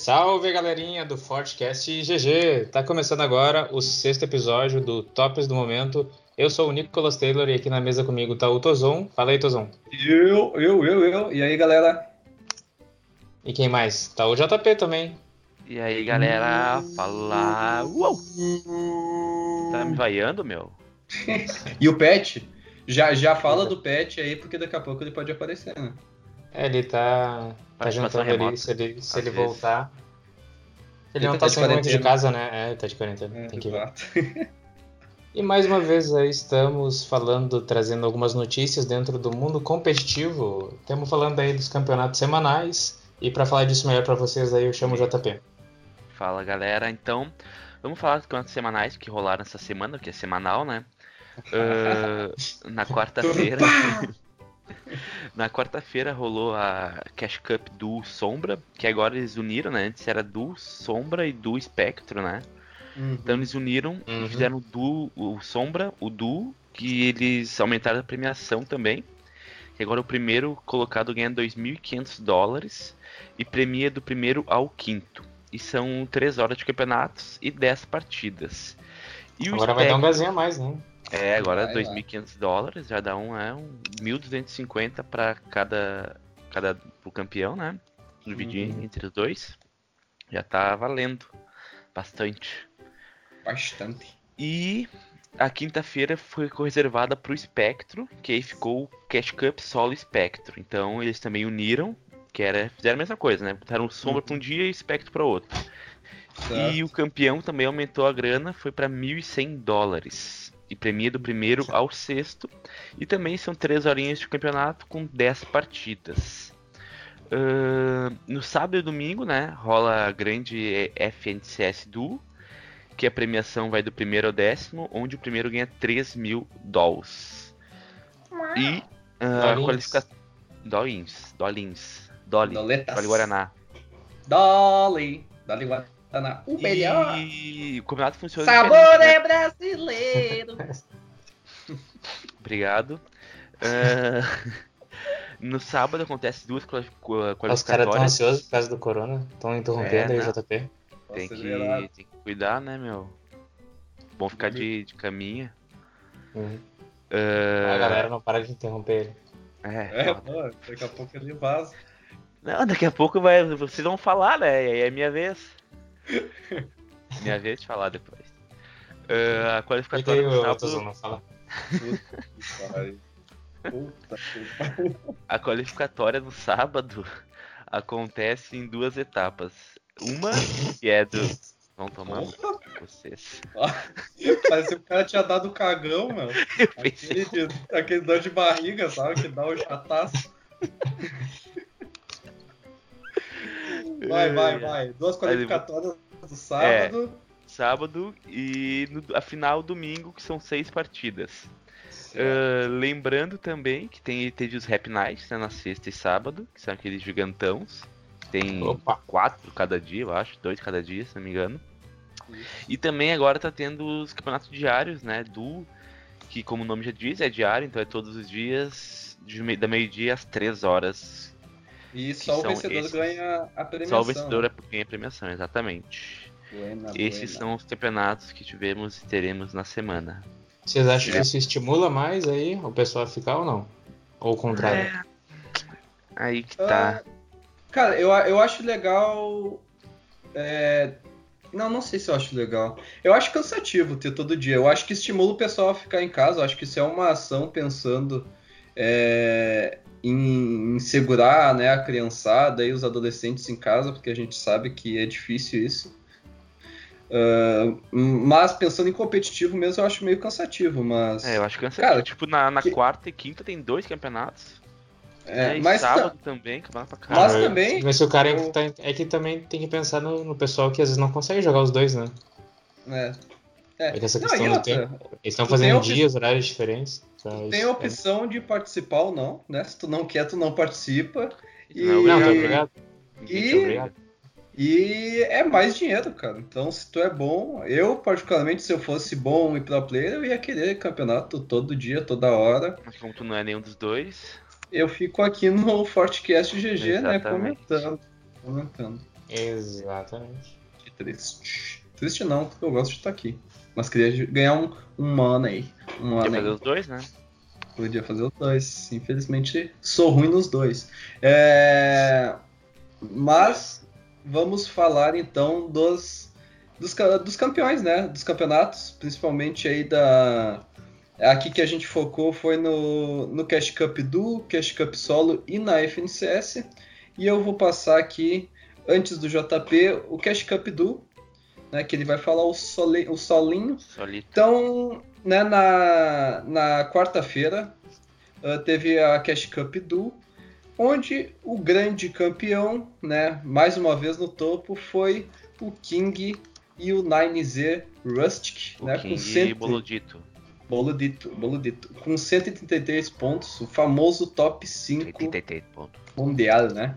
salve galerinha do Fortcast GG! Tá começando agora o 6º episódio do Tops do Momento. Eu sou o Nicolas Taylor e aqui na mesa comigo tá o Tozon. Fala aí, Tozon. Eu. E aí, galera? E quem mais? Tá o JP também. E aí, galera? Fala! Uou! Tá me vaiando, meu? E o Pet? Já fala do Pet aí, porque daqui a pouco ele pode aparecer, né? Ele tá Participação jantando ali, remota, se ele às vezes. voltar. Ele não Ele tá tá de saindo muito de quarentena. casa, né? Tá de quarentena, tem que ver. Exato. E mais uma vez aí estamos trazendo algumas notícias dentro do mundo competitivo. Estamos falando aí dos campeonatos semanais. E para falar disso melhor para vocês aí, eu chamo o JP. Fala, galera. Então, vamos falar dos campeonatos semanais que rolaram essa semana, que é semanal, né? Na quarta-feira... Na quarta-feira rolou a Cash Cup Duo Sombra, que agora eles uniram, né? Antes era Duo Sombra e Duo Espectro, né? Então eles uniram e fizeram o Sombra, o Duo, que eles aumentaram a premiação também. E agora o primeiro colocado ganha $2.500 e premia do primeiro ao quinto. E são 3 horas de campeonatos e 10 partidas. E o Agora vai dar um gazinho a mais, né? agora $2.500 já dá um 1.250 para cada pro campeão, né? Dividir entre os dois. Já tá valendo bastante. E a quinta-feira foi reservada pro Espectro, que aí ficou o Cash Cup Solo Espectro. Então eles também uniram, fizeram a mesma coisa, né? Botaram Sombra para um dia e Espectro para outro. Certo. E o campeão também aumentou a grana, foi para $1.100. E premia do primeiro ao sexto. E também são 3 horinhas de campeonato com 10 partidas. No sábado e domingo, né, rola a grande FNCS Duo, que a premiação vai do primeiro ao 10º, onde o primeiro ganha $3.000. E a qualificação... Dolins. Vale Guaraná. Dolly Guaraná. O melhor. E o campeonato funciona Sabor diferente, né? é brasileiro. Obrigado. No sábado acontece 2 Os caras qualificatórias. estão ansiosos por causa do corona. Estão interrompendo aí o né? JP. Tem que cuidar, né, meu? Bom ficar de caminha. A galera não para de interromper ele. Pô, daqui a pouco ele vaza. Não, daqui a pouco vocês vão falar, né? E aí é minha vez. Minha vez de falar depois. A qualificatória do sábado... Não fala. Puta que pariu. A qualificatória no sábado acontece em 2 etapas. Uma que é do... Vão tomar vocês. Parece que o cara tinha dado cagão, meu. Eu pensei... Aquele dor de barriga, sabe? Que dá o chataço. Vai. 2 qualificatórias do sábado. Sábado e a final domingo, que são 6 partidas. Lembrando também que teve os Rap Nights, né, na sexta e sábado, que são aqueles gigantãos. Tem 4 cada dia, eu acho, 2 cada dia, se não me engano. E também agora tá tendo os campeonatos diários, né, que como o nome já diz, é diário, então é todos os dias, da meio-dia às 3 horas. E só o vencedor ganha a premiação. Só o vencedor ganha a premiação, exatamente. Esses são os campeonatos que tivemos e teremos na semana. Vocês acham que isso estimula mais aí o pessoal a ficar ou não? Ou o contrário? Aí que tá. Cara, eu acho legal... Não sei se eu acho legal. Eu acho cansativo ter todo dia. Eu acho que estimula o pessoal a ficar em casa. Eu acho que isso é uma ação pensando em segurar, né, a criançada e os adolescentes em casa, porque a gente sabe que é difícil isso. Mas pensando em competitivo mesmo, eu acho meio cansativo, mas... eu acho cansativo. Cara, tipo, na quarta e quinta tem 2 campeonatos. Mas sábado também, campeonato pra caralho. Mas também... Mas se o cara é que também tem que pensar no pessoal que às vezes não consegue jogar os dois, né? É que essa questão do tempo. Eles estão fazendo dias, horários diferentes. Tem a opção de participar ou não, né? Se tu não quer, tu não participa. Não, tá obrigado. E é mais dinheiro, cara. Então, se tu é bom... Eu, particularmente, se eu fosse bom e pro player, eu ia querer campeonato todo dia, toda hora. Mas como tu não é nenhum dos dois... Eu fico aqui no Fortcast GG, exatamente, né? Comentando. Exatamente. Que triste. Triste não, porque eu gosto de estar aqui. Mas queria ganhar um money. Podia fazer os dois, né? Podia fazer os dois. Infelizmente, sou ruim nos dois. Mas vamos falar então dos campeões, né? Dos campeonatos, principalmente aí Aqui que a gente focou foi no Cash Cup Duo, Cash Cup Solo e na FNCS. E eu vou passar aqui, antes do JP, o Cash Cup Duo, né, que ele vai falar o solinho. Solito. Então, né, na quarta-feira, teve a Cash Cup Duo, onde o grande campeão, né, mais uma vez no topo, foi o King e o 9Z Rustic, O né, King Boludito, com 133 pontos, o famoso top 5 83 pontos. mundial, né?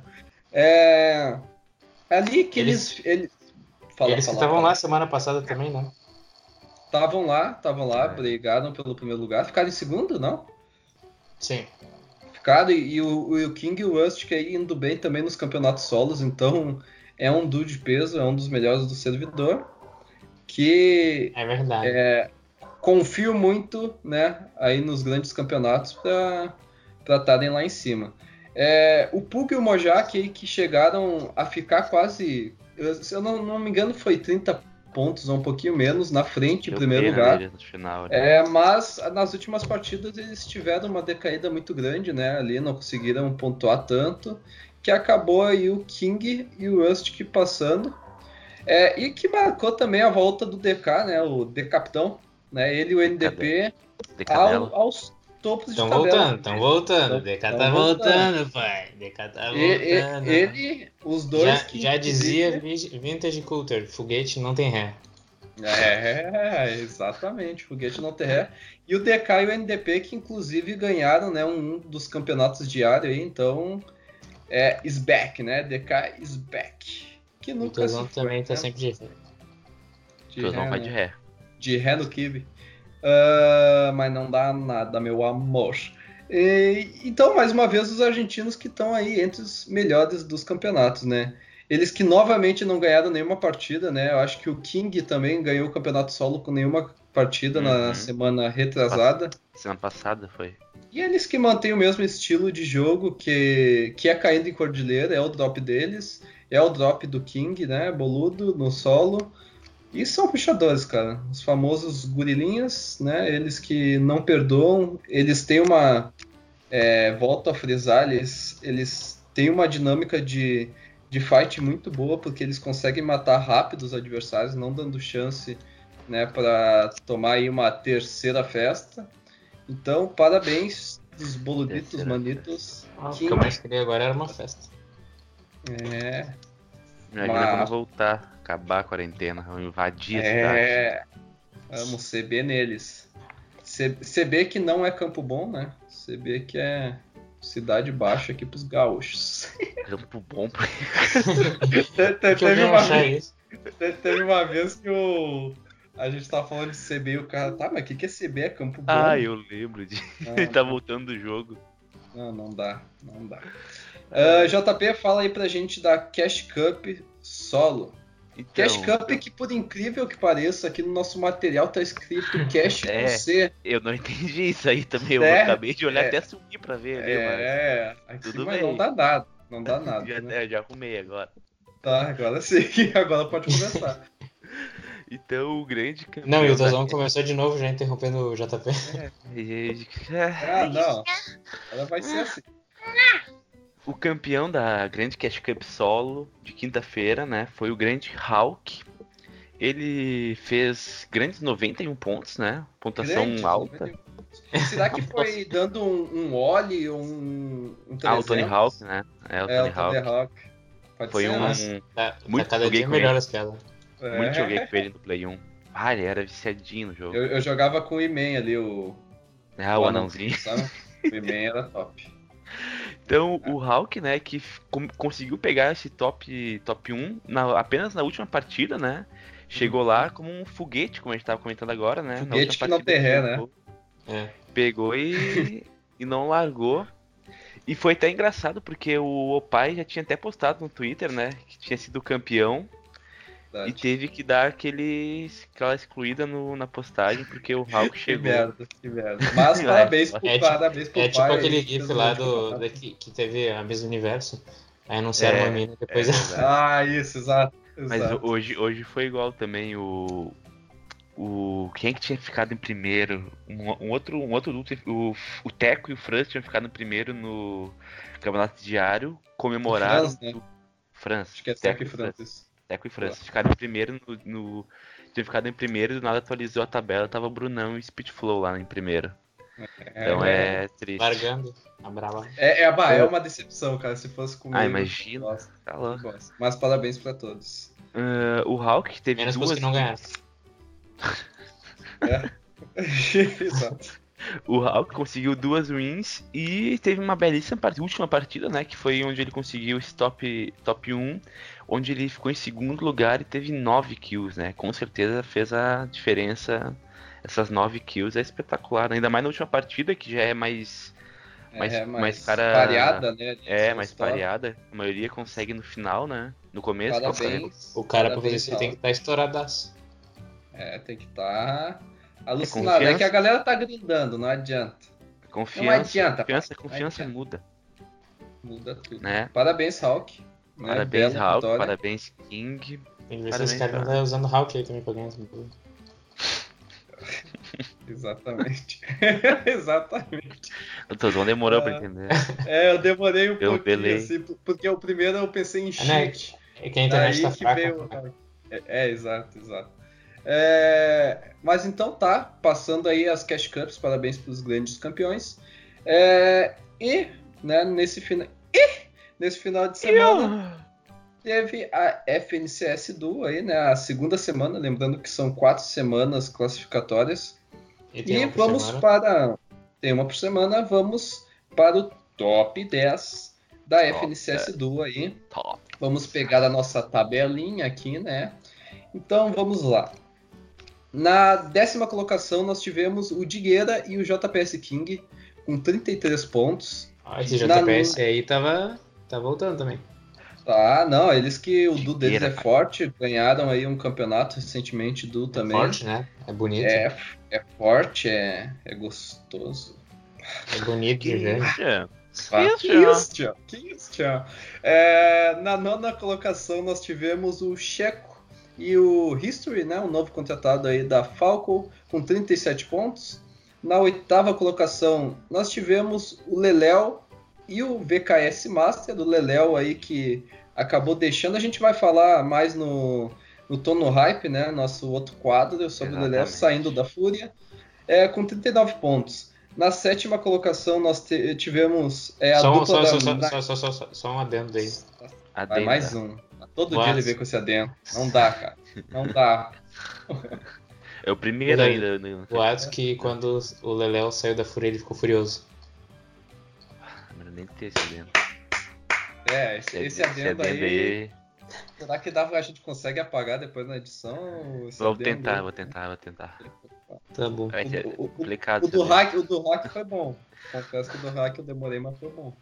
Ali que eles que estavam lá semana passada também, né? Estavam lá, brigaram pelo primeiro lugar, ficaram em segundo, não? Sim. Ficaram, e o King e o Rustic aí indo bem também nos campeonatos solos, então é um duo de peso, é um dos melhores do servidor, que é verdade. Confio muito, né, aí nos grandes campeonatos para estarem lá em cima. O Pug e o Mojak que chegaram a ficar quase, se eu não me engano, foi 30 pontos ou um pouquinho menos na frente, em primeiro lugar. No final, né? Mas nas últimas partidas eles tiveram uma decaída muito grande, né? Ali não conseguiram pontuar tanto, que acabou aí o King e o Rustic passando. E que marcou também a volta do DK, né? O Decapitão. Né? Ele e o NDP aos topos de tabela. Estão voltando. DK tá voltando, pai. DK tá voltando. Os dois já dizia Vintage Coulter, foguete não tem ré. Exatamente, foguete não tem ré. E o DK e o NDP que inclusive ganharam, né, um dos campeonatos diários aí, então is back, né? DK is back. Que nunca se foi, também tá sempre de ré. Não vai de ré. De ré no Kibe. Mas não dá nada, meu amor. Então, mais uma vez, os argentinos que estão aí entre os melhores dos campeonatos, né? Eles que novamente não ganharam nenhuma partida, né? Eu acho que o King também ganhou o campeonato solo com nenhuma partida na semana retrasada. Semana passada foi. E eles que mantêm o mesmo estilo de jogo, que é caindo em cordilheira, é o drop deles, é o drop do King, né? Boludo no solo. E são puxadores, cara. Os famosos gorilinhas, né? Eles que não perdoam. Eles têm uma... volto a frisar, eles têm uma dinâmica de fight muito boa, porque eles conseguem matar rápido os adversários, não dando chance, né, para tomar aí uma terceira festa. Então, parabéns dos boluditos, manitos. O que eu mais queria agora era uma festa. Agora vamos voltar, acabar a quarentena, vamos invadir a cidade. Vamos CB neles. CB que não é Campo Bom, né? CB que é cidade baixa aqui pros gaúchos. Campo Bom. Teve uma vez que a gente tava falando de CB e o cara, mas o que é CB? É Campo Bom? Eu lembro de... Ele tá voltando do jogo. Não dá. JP, fala aí pra gente da Cash Cup Solo. Então, Cash Cup que, por incrível que pareça, aqui no nosso material tá escrito Cash com C. Eu não entendi isso aí também, eu acabei de olhar até subir pra ver ali, mas tudo bem. Não dá nada, já arrumei agora. Tá, agora sim, agora pode começar. Então o grande campeão... Não, e o Tozão começou de novo já interrompendo o JP. Não, ela vai ser assim. O campeão da grande Cash Cup Solo de quinta-feira, né, foi o grande Hawk. Ele fez grandes 91 pontos, né, pontuação alta. Será que foi dando um ollie ou um 300? O Tony Hawk, né? O Tony Hawk. Foi muito cada dia melhor as quedas. Muito joguei com ele no Play 1. Ele era viciadinho no jogo. Eu jogava com o E-Man ali, o anãozinho. Sabe? O E-Man era top. Então, o Hawk, né, que conseguiu pegar esse top 1 apenas na última partida, né? Chegou lá como um foguete, como a gente tava comentando agora, né? Foguete que não tem ré, né? Pegou e não largou. E foi até engraçado, porque o Opai já tinha até postado no Twitter, né? Que tinha sido campeão. E teve que dar aquela excluída na postagem, porque o Hulk chegou. Que merda. Mas parabéns pro É tipo pai. aquele GIF lá que teve a mesmo universo. Aí anunciaram uma mina depois. Isso, exato. Mas hoje foi igual também. Quem é que tinha ficado em primeiro? Um outro duplo, o Teco e o Franz tinham ficado em primeiro no campeonato diário. Comemoraram. Franz, acho que é Teco e Franz. Teco e França ficaram em primeiro tinha ficado em primeiro e do nada atualizou a tabela, tava Brunão e Speedflow lá em primeiro. Então é triste. Largando, a brava. É uma decepção, cara, se fosse comigo. Imagina. Nossa, tá louco. Mas parabéns pra todos. O Hulk teve menos duas... que não ganharam. Exato. O Hulk conseguiu 2 wins e teve uma belíssima última partida, né? Que foi onde ele conseguiu esse top 1, onde ele ficou em segundo lugar e teve 9 kills, né? Com certeza fez a diferença. Essas 9 kills é espetacular, ainda mais na última partida, que já é mais pareada, né? Mais pareada. A maioria consegue no final, né? No começo. O cara pra fazer isso tem que estar estouradaço. Tem que estar alucinado. É que a galera tá grindando, não adianta. Confiança muda. Muda tudo. Né? Parabéns, Hulk. Parabéns, Hulk. Parabéns, King. Tem que ver se esse cara não tá usando Hulk aí também pra ganhar. Exatamente. Exatamente. O Tozão demorou pra entender. Eu demorei um pouquinho, assim, porque o primeiro eu pensei em cheat. É que a internet tá fraca. Exato. Mas então passando aí as Cash Cups, parabéns pros grandes campeões. E, né, nesse final de semana teve a FNCS Duo aí, né, a segunda semana, lembrando que são 4 semanas classificatórias. E vamos tem uma por semana, vamos para o top 10 da FNCS Duo aí. Vamos pegar a nossa tabelinha aqui, né? Então vamos lá. Na 10ª colocação nós tivemos o Digueira e o JPS King com 33 pontos. Esse JPS aí tá voltando também. Não, eles que o duo deles é forte, ganharam aí um campeonato recentemente, duo também. É forte, né? É bonito. É forte, é gostoso. É bonito de ver. Que isso, na 9ª colocação nós tivemos o Checo e o History, né, o novo contratado aí da Falco, com 37 pontos. Na 8ª colocação nós tivemos o Leléo e o VKS Master, do Leléo aí que acabou deixando. A gente vai falar mais no Tono Hype, né, nosso outro quadro sobre o Leléo saindo da Fúria, com 39 pontos. Na 7ª colocação nós tivemos a dupla da... Só um adendo aí. Vai mais um. Todo dia ele vem com esse adendo. Não dá, cara. Não dá. É o primeiro ainda. O ato que quando o Leléo saiu da Fúria ele ficou furioso. Nem ter esse adendo. Esse adendo aí... Será que a gente consegue apagar depois na edição? Vou tentar. Tá bom. Vai ser complicado. O do hack foi bom. Confesso que o do hack eu demorei, mas foi bom.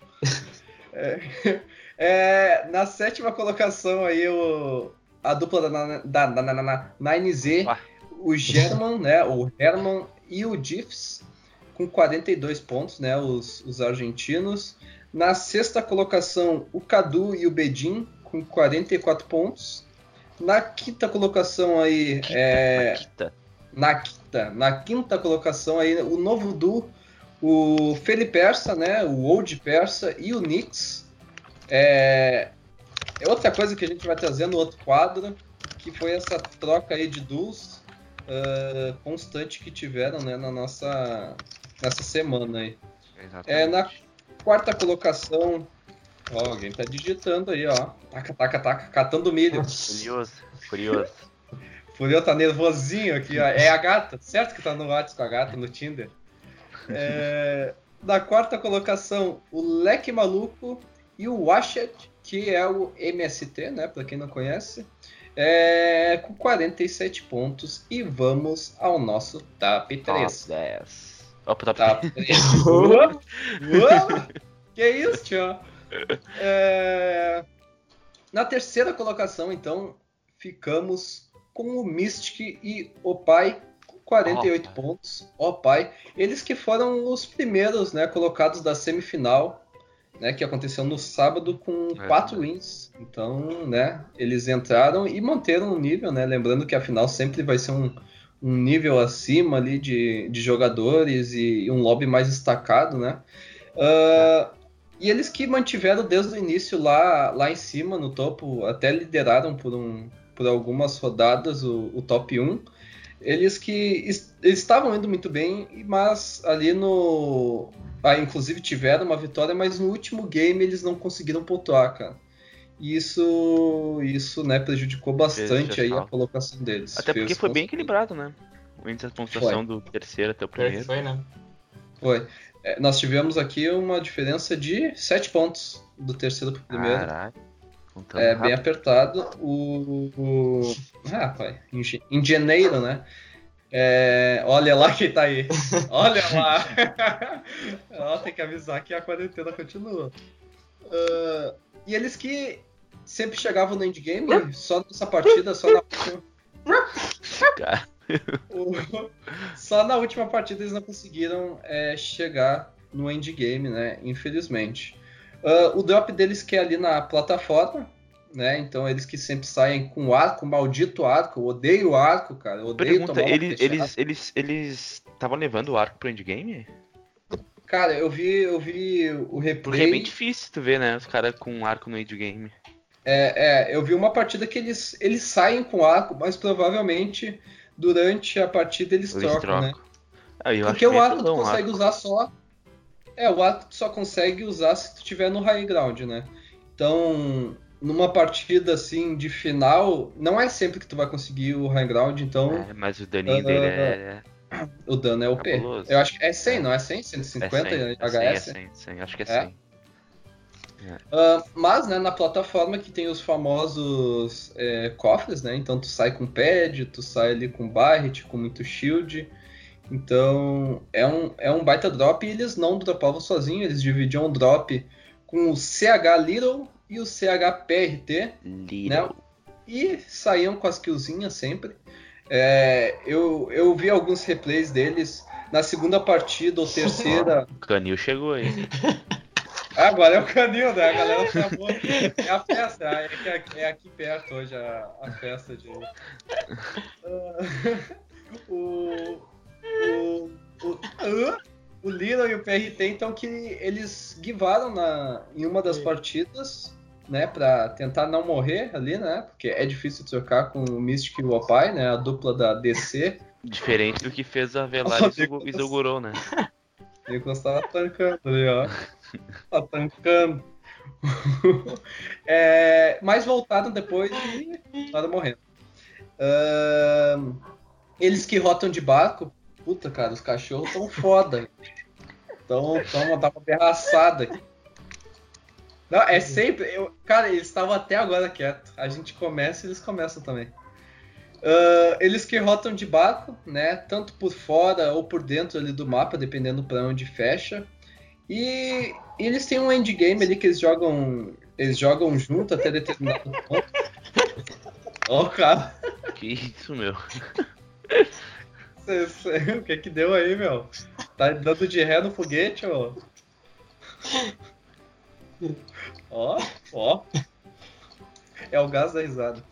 Na 7ª colocação aí a dupla da 9Z, o German, né, o Herman e o Diffs com 42 pontos, né, os argentinos. Na 6ª colocação, o Cadu e o Bedin com 44 pontos. Na 5ª colocação aí na 5ª colocação aí o novo duo, o Felipe Persa, né, o Old Persa e o Nix. Outra coisa que a gente vai trazer no outro quadro, que foi essa troca aí de duos constante que tiveram, né, nessa semana aí. Na 4ª colocação, alguém tá digitando aí, ó. Taca, catando milho. Curioso. Furiô tá nervosinho aqui, ó. É a gata, certo que tá no WhatsApp com a gata, no Tinder. Na 4ª colocação, o Leque Maluco e o Washed, que é o MST, né, pra quem não conhece, com 47 pontos. E vamos ao nosso top 3. Top 10. Top 3. Que isso, tio? Na terceira colocação, então, ficamos com o Mystic e o Pai com 48 pontos. O Pai, eles que foram os primeiros, né, colocados da semifinal, né, que aconteceu no sábado com 4 wins. Então, né, eles entraram e manteram o nível, né? Lembrando que a final sempre vai ser um nível acima ali de jogadores e um lobby mais destacado, né? E eles que mantiveram desde o início lá em cima, no topo, até lideraram por algumas rodadas o top 1. Eles estavam indo muito bem, mas ali inclusive tiveram uma vitória, mas no último game eles não conseguiram pontuar, cara. E isso, né, prejudicou bastante aí a colocação deles. Até porque foi bem equilibrado, né? O índice de pontuação do terceiro até o primeiro. Foi, né? Foi. Nós tivemos aqui uma diferença de 7 pontos do terceiro pro primeiro. Caralho. Bem apertado. Pai, em janeiro, né? Olha lá quem tá aí. Olha lá. Tem que avisar que a quarentena continua. E eles que sempre chegavam no endgame, só nessa partida, só na última. Só na última partida eles não conseguiram chegar no endgame, né? Infelizmente. O drop deles que é ali na plataforma, né? Então eles que sempre saem com arco, maldito arco. Eu odeio o arco, cara. Eu odeio tomar eles estavam levando o arco pro endgame? Cara, eu vi o replay. Porque é bem difícil tu ver, né? Os caras com arco no endgame. Eu vi uma partida que eles saem com arco, mas provavelmente durante a partida eles trocam, né? Porque o arco tu consegue usar só. O arco tu só consegue usar se tu tiver no high ground, né? Então, numa partida assim de final, não é sempre que tu vai conseguir o high ground, então. Mas o daninho dele é. O dano é OP. Cabuloso. Eu acho que é 100, não é 100? 150 HS? É 100, acho que é 100. Mas, né, na plataforma que tem os famosos cofres, né? Então tu sai com pad, tu sai ali com barret, com muito shield. Então é um baita drop e eles não dropavam sozinhos, eles dividiam o drop com o CH Little e o CH PRT, né? E saíam com as killzinhas sempre. Eu vi alguns replays deles na segunda partida ou terceira. O Canil chegou aí. Agora é o Canil, né? A galera chamou. É a festa, é aqui perto hoje a festa de. O Little e o PRT, então, que eles givaram em uma das partidas, né, pra tentar não morrer ali, né, porque é difícil trocar com o Mystic e o Opai, né, a dupla da DC. Diferente do que fez a Velar e Zogurou, né. O Nicolas tava tancando ali, ó. Tá tancando. Mas voltaram depois e estavam morrendo. Eles que rotam de barco, puta, cara, os cachorros tão foda. Então, dá uma berraçada aqui. Não, é sempre. Cara, eles estavam até agora quietos. A gente começa e eles começam também. Eles que rotam de barco, né? Tanto por fora ou por dentro ali do mapa, dependendo pra onde fecha. E eles têm um endgame ali que eles jogam junto até determinado ponto. Ó, cara. Que isso, meu? O que deu aí, meu? Tá dando de ré no foguete, ó. Ó. É o gás da risada.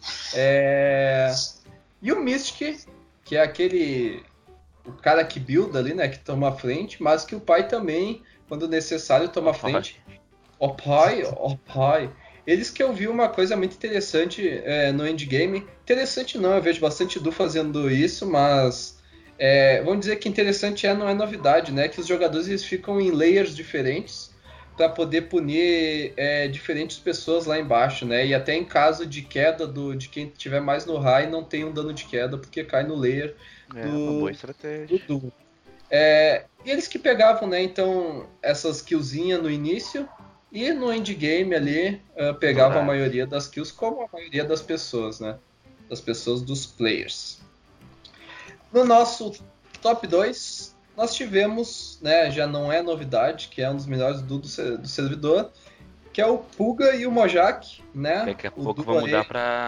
E o Mystic, que é o cara que builda ali, né? Que toma a frente, mas que o pai também, quando necessário, toma a frente. Ó pai. Eles que eu vi uma coisa muito interessante no endgame. Interessante não, eu vejo bastante Du fazendo isso, mas vamos dizer que interessante não é novidade, né? Que os jogadores eles ficam em layers diferentes para poder punir diferentes pessoas lá embaixo, né? E até em caso de queda de quem estiver mais no high não tem um dano de queda porque cai no layer uma boa estratégia. do Du. E eles que pegavam, né? Então essas killzinhas no início e no endgame ali pegavam a maioria das kills, como a maioria das pessoas, né? Das pessoas, dos players. No nosso top 2, nós tivemos, né, já não é novidade, que é um dos melhores do servidor, que é o Puga e o Mojak, né? Daqui a pouco vão mudar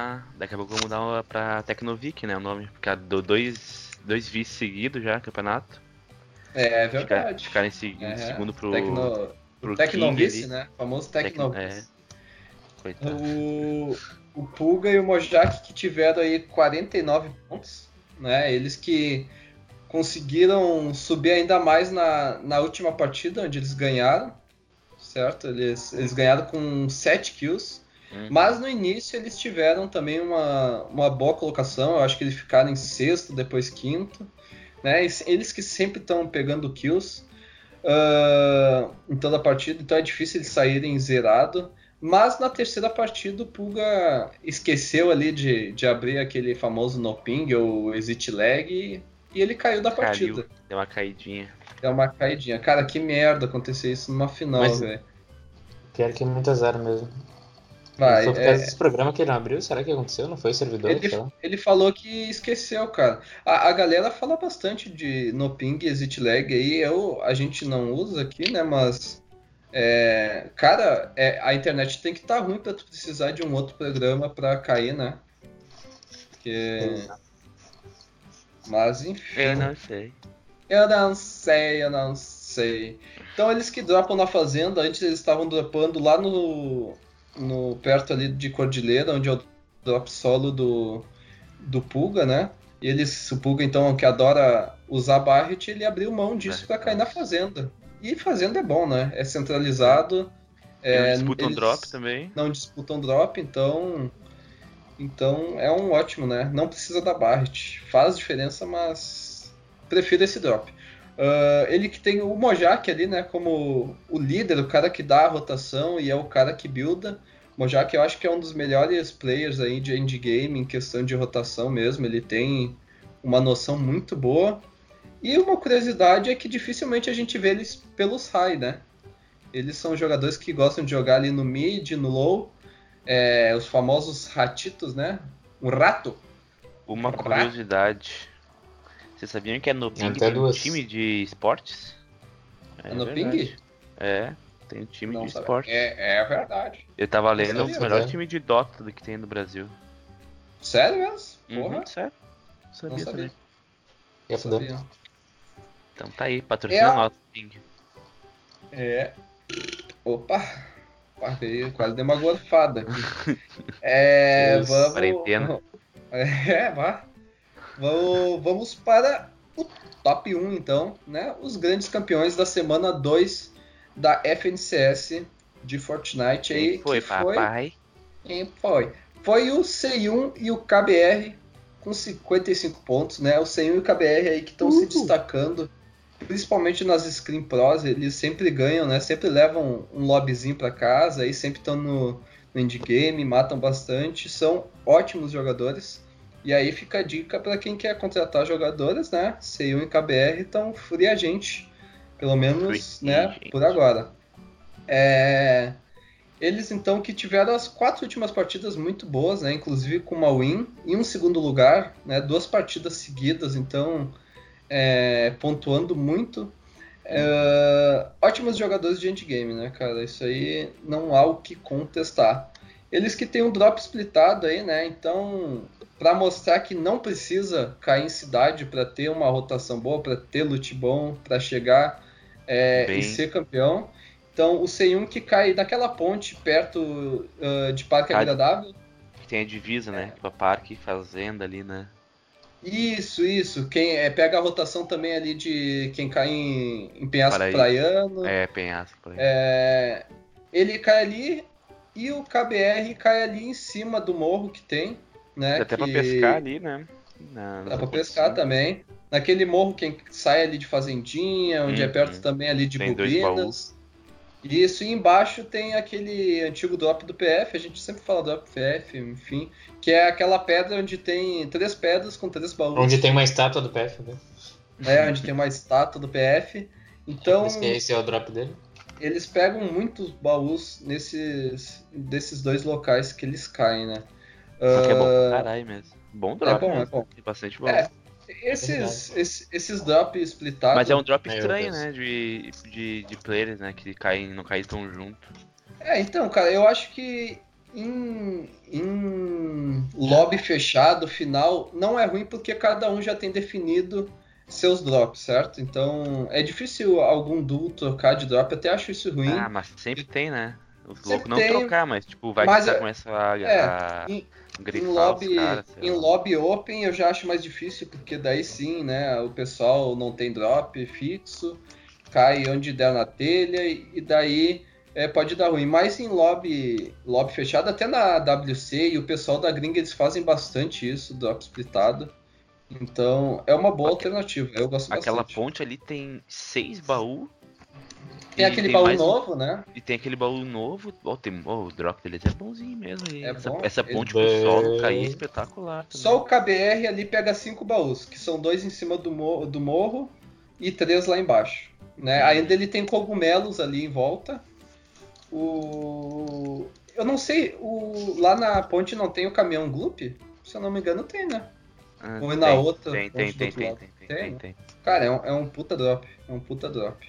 pra Tecnovic, né? O nome. Porque dois vice seguidos já, campeonato. É verdade. Ficarem em segundo pro Tecnovice, King, né? O famoso Tecnovice. Coitado. O Puga e o Mojak que tiveram aí 49 pontos, né? Eles que conseguiram subir ainda mais na última partida, onde eles ganharam, certo? Eles ganharam com 7 kills, mas no início eles tiveram também uma boa colocação, eu acho que eles ficaram em sexto, depois quinto, né? Eles que sempre estão pegando kills em toda a partida, então é difícil eles saírem zerado. Mas na terceira partida o Puga esqueceu ali de abrir aquele famoso no ping ou exit lag e ele caiu da partida. Deu uma caidinha. Cara, que merda acontecer isso numa final, velho. Pior que é muito azar mesmo. Vai, foi por causa desse programa que ele não abriu? Será que aconteceu? Não foi o servidor? Ele falou que esqueceu, cara. A galera fala bastante de no ping e exit lag aí. A gente não usa aqui, né? Mas... cara, a internet tem que estar ruim pra tu precisar de um outro programa pra cair, né? Mas enfim. Eu não sei. Então eles que dropam na fazenda, antes eles estavam dropando lá no perto ali de Cordilheira, onde é o drop solo do Puga, né? E o Puga então que adora usar Barret, ele abriu mão disso pra cair na fazenda. E fazenda é bom, né? É centralizado. Não disputam drop também. Não disputam drop, então é um ótimo, né? Não precisa da Barret. Faz diferença, mas prefiro esse drop. Ele que tem o Mojak ali, né? Como o líder, o cara que dá a rotação e é o cara que builda. Mojak eu acho que é um dos melhores players aí de endgame em questão de rotação mesmo. Ele tem uma noção muito boa. E uma curiosidade é que dificilmente a gente vê eles pelos high, né? Eles são jogadores que gostam de jogar ali no mid, no low. Os famosos ratitos, né? Um rato. Uma curiosidade. Vocês sabiam que a Noping tem um time de esportes? A Noping? Tem um time de esportes. É verdade. Eu tava lendo o melhor time de Dota do que tem no Brasil. Sério mesmo? Porra. Sério. Sabia também. Eu sabia. Então tá aí, patrocina nosso Ping. Opa! Quase deu uma gorfada aqui. Vamos. Quarentena. Vá. Vamos para o top 1, então, né? Os grandes campeões da semana 2 da FNCS de Fortnite. Aí, Quem foi, papai? Quem foi? Foi o C1 e o KBR com 55 pontos, né? O C1 e o KBR aí que estão se destacando, principalmente nas Screen Pros, eles sempre ganham, né? Sempre levam um lobbyzinho para casa, aí sempre estão no endgame, matam bastante, são ótimos jogadores. E aí fica a dica para quem quer contratar jogadores, né? C1 e KBR estão free agent, pelo menos, né? Por agora. Eles então que tiveram as 4 últimas partidas muito boas, né? Inclusive com uma win e um segundo lugar, né? 2 partidas seguidas, então pontuando muito. Ótimos jogadores de endgame, né, cara? Isso aí não há o que contestar. Eles que têm um drop splitado aí, né? Então, para mostrar que não precisa cair em cidade para ter uma rotação boa, para ter loot bom, para chegar e ser campeão. Então, o C1 que cai naquela ponte perto de Parque Agradável. Que tem a divisa, né? Tipo, parque e fazenda ali, né? Isso. Quem pega a rotação também ali de quem cai em Penhasco Praiano. Penhasco Praiano. Ele cai ali e o KBR cai ali em cima do morro que tem, né? Dá até pra pescar ali, né? Dá pra pescar também. Naquele morro quem sai ali de Fazendinha, onde é perto também ali de Bobinas. Isso, e embaixo tem aquele antigo drop do PF, a gente sempre fala drop PF, enfim, que é aquela pedra onde tem 3 pedras com 3 baús. Onde tem uma estátua do PF, né? Onde tem uma estátua do PF. Então, esse é o drop dele. Eles pegam muitos baús desses 2 locais que eles caem, né? Só que é bom pra caralho mesmo. Bom drop. É bom. Tem bastante baú. esses drop splitados... Mas é um drop Meu estranho, Deus. né? De players, né? Que não caem tão junto. Então, cara, eu acho que em lobby fechado, final, não é ruim porque cada um já tem definido seus drops, certo? Então, é difícil algum duo trocar de drop, até acho isso ruim. Ah, mas sempre tem, né? Os Sempre loucos não tem, trocar, mas tipo, vai mas que começa a em grifar os caras. em lobby open eu já acho mais difícil, porque daí sim, né, o pessoal não tem drop fixo, cai onde der na telha e daí pode dar ruim. Mas em lobby fechado, até na WC e o pessoal da gringa, eles fazem bastante isso, drop splitado. Então é uma boa alternativa, eu gosto Aquela bastante. ponte ali tem 6 baús. Tem aquele baú novo, né? E tem aquele baú novo. O drop deles é bonzinho mesmo. E É bom. essa ponte pro solo cair é espetacular. Também. Só o KBR ali pega 5 baús, que são 2 em cima do morro e 3 lá embaixo. Né? Ainda ele tem cogumelos ali em volta. Eu não sei, lá na ponte não tem o caminhão Gloop? Se eu não me engano tem, né? Ou na outra ponte do outro lado. Tem. Cara, é um puta drop. É um puta drop.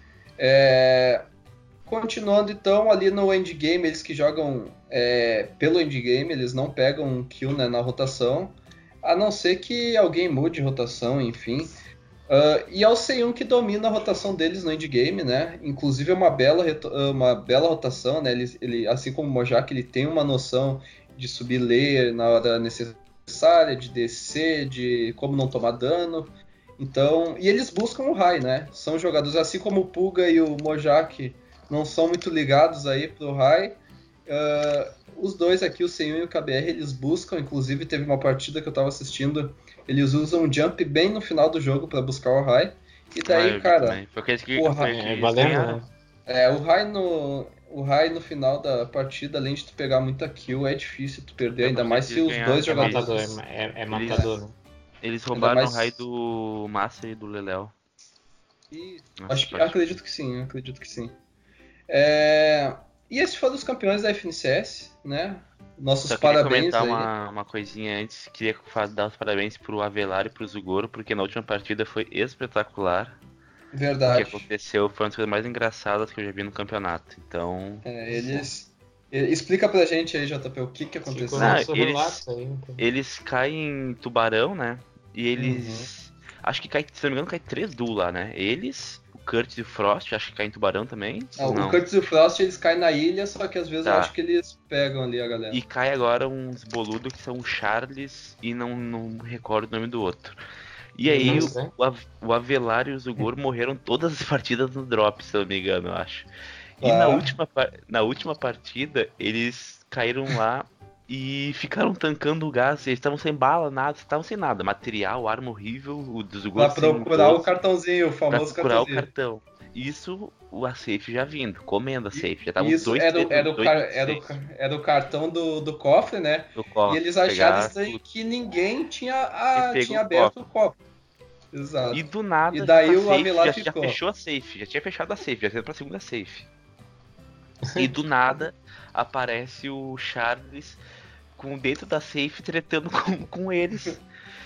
Continuando então, ali no endgame, eles que jogam pelo endgame, eles não pegam um kill, né, na rotação, a não ser que alguém mude rotação, enfim. E é o C1 que domina a rotação deles no endgame, né? Inclusive é uma bela rotação, né? Ele, assim como o Mojak, ele tem uma noção de subir layer na hora necessária, de descer, de como não tomar dano. Então, e eles buscam o high, né? São jogadores, assim como o Puga e o Mojak não são muito ligados aí pro high. Os dois aqui, o C1 e o KBR, eles buscam. Inclusive, teve uma partida que eu tava assistindo, eles usam um jump bem no final do jogo para buscar o high. E daí, cara, o high no final da partida, além de tu pegar muita kill, é difícil tu perder, ainda mais se os dois jogadores... É matador, né? Eles roubaram o raio do Massa e do Leléo. Acredito que sim. E esses foram os campeões da FNCS, né? Nossos parabéns aí. Comentar uma coisinha antes. Queria dar os parabéns pro Avelar e pro Zugoro, porque na última partida foi espetacular. Verdade. O que aconteceu foi uma das coisas mais engraçadas que eu já vi no campeonato. Então... Explica pra gente aí, JP, o que aconteceu. Eles caem em Tubarão, né? E eles... Acho que cai, se não me engano, cai 3 duos lá, né? Eles, o Curtis e o Frost, acho que cai em Tubarão também. O Curtis e o Frost, eles caem na ilha, só que às vezes eu acho que eles pegam ali a galera. E cai agora uns boludos que são o Charles e não recordo o nome do outro. E aí o Avelar e o Zugor morreram todas as partidas no drop, se eu não me engano, eu acho. E na última partida, eles caíram lá e ficaram tancando o gás. Eles estavam sem bala, nada, estavam sem nada. Material, arma horrível, o Zugor pra procurar o cartãozinho, o famoso pra procurar o cartão. Isso, a safe já vindo, comendo a safe. Já tava isso era o cartão do cofre, né? Do cofre, e eles acharam isso aí que ninguém tinha aberto o cofre. Exato. E do nada, e daí o Avelar já fechou a safe, já tinha fechado a safe, já saiu pra segunda safe. E do nada aparece o Charles dentro da safe tretando com eles.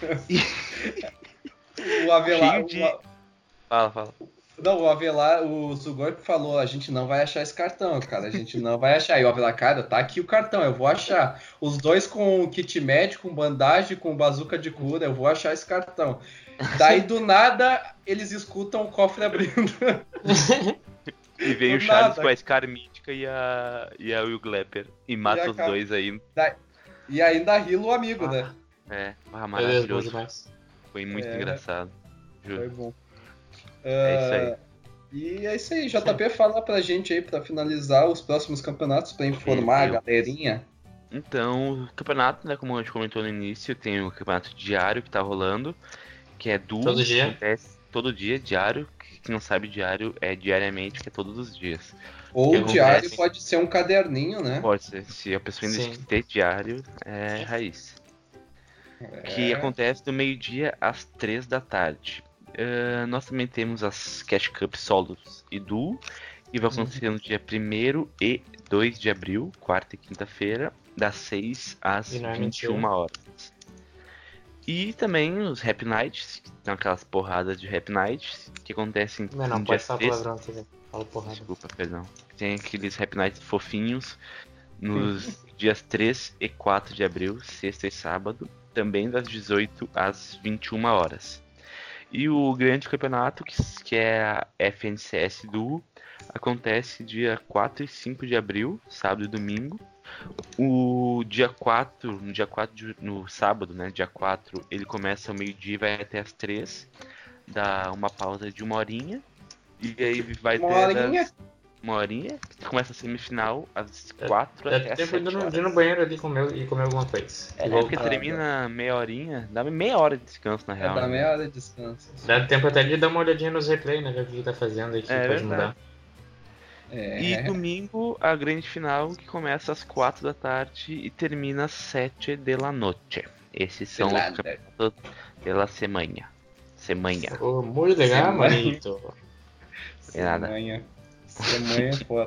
O Avelar. Fala. Não, o Avelar, o Zugor falou, a gente não vai achar esse cartão, cara, a gente não vai achar. E o Avelar, cara, tá aqui o cartão, eu vou achar. Os dois com kit médico, com bandagem, com bazuca de cura, eu vou achar esse cartão. Daí, do nada, eles escutam o cofre abrindo. E vem o Charles com a Scar mítica e a Will Glepper. E mata os dois aí. E ainda rila o amigo, né? Maravilhoso. Foi muito engraçado. Juro. Foi bom. É isso aí. E é isso aí, JP, fala pra gente aí, pra finalizar os próximos campeonatos, pra informar a galerinha. Então, o campeonato, né, como a gente comentou no início, tem o campeonato diário que tá rolando, que é todo dia. Acontece todo dia, diário. Quem não sabe, diário é diariamente, que é todos os dias. Ou o diário pode ser um caderninho, né? Pode ser, se a pessoa ainda ter diário, é raiz. Que acontece do meio-dia às 3 da tarde. Nós também temos as Cash Cup solos e duo, e vai acontecer no dia 1º e 2 de abril, quarta e quinta-feira, das 6 às 21 horas. E também os Happy Nights, que são aquelas porradas de Happy Nights, que acontecem Mas não, no pode dia falar 3. palavrão aqui, velho. Fala porrada. Desculpa, perdão. Tem aqueles Happy Nights fofinhos nos dias 3 e 4 de abril, sexta e sábado, também das 18 às 21 horas. E o grande campeonato, que é a FNCS Duo, acontece dia 4 e 5 de abril, sábado e domingo. O dia 4, no sábado, né, dia 4, ele começa ao meio-dia e vai até às 3, dá uma pausa de 1 horinha, e aí vai Uma ter horinha? uma horinha, que começa a semifinal às 4 Dá até às tempo 7 de horas. ir no banheiro ali e comer alguma coisa. É, E né, porque voltar. termina meia horinha, dá meia hora de descanso na real. Dá né? meia hora de descanso. Dá tempo até de dar uma olhadinha nos replay, né? Ver o que tá fazendo aqui, É pode verdade. mudar. E domingo, a grande final, que começa às 4 da tarde e termina às 7 da noite. Esses são os campeonatos pela semana. Oh, muito legal, Semana. manito. É nada. Semanha é foda.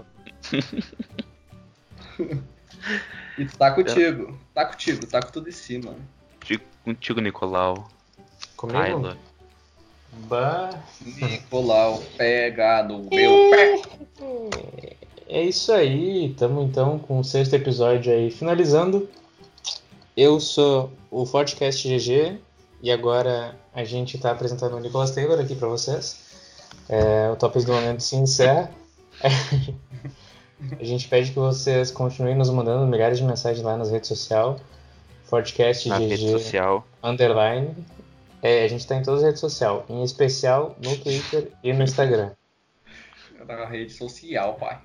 E tá contigo. Tá com tudo em cima. Contigo, Nicolau. Comigo? Tyler. Bah. Nicolau, pega no meu pé. É isso aí, estamos então com o 6º episódio aí finalizando. Eu sou o Fortecast GG e agora a gente está apresentando o Nicholas Taylor aqui para vocês. O Tops do Momento se encerra. A gente pede que vocês continuem nos mandando milhares de mensagens lá nas redes sociais. Fortecast Na GG rede social. _ a gente está em todas as redes sociais, em especial no Twitter e no Instagram. Na rede social, pai.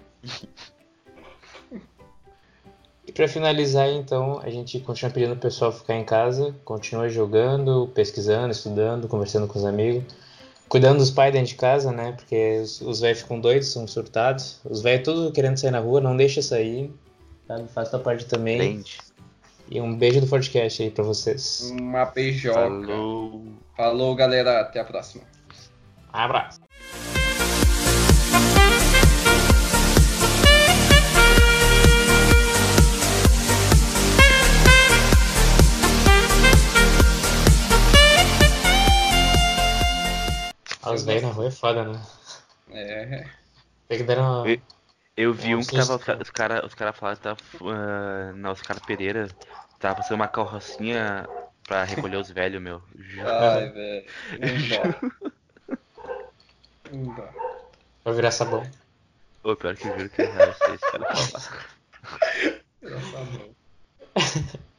E para finalizar, então, a gente continua pedindo o pessoal ficar em casa, continua jogando, pesquisando, estudando, conversando com os amigos, cuidando dos pais dentro de casa, né? Porque os velhos ficam doidos, são surtados. Os velhos todos querendo sair na rua, não deixa sair, sabe? Faz tua parte também. Prende. E um beijo do Fortecast aí pra vocês. Uma beijoca. Falou, galera. Até a próxima. Abraço. Os velhos na rua é foda, né? É. Tem que dar uma... Eu vi um que tava. susto. Os caras falaram que tava. Não, os caras Pereira tava passando uma carrocinha pra recolher os velhos, meu. Ai, velho. Não dá. Vai virar sabão. Ô, pior que eu juro que é real, esse cara fala. Virar sabão.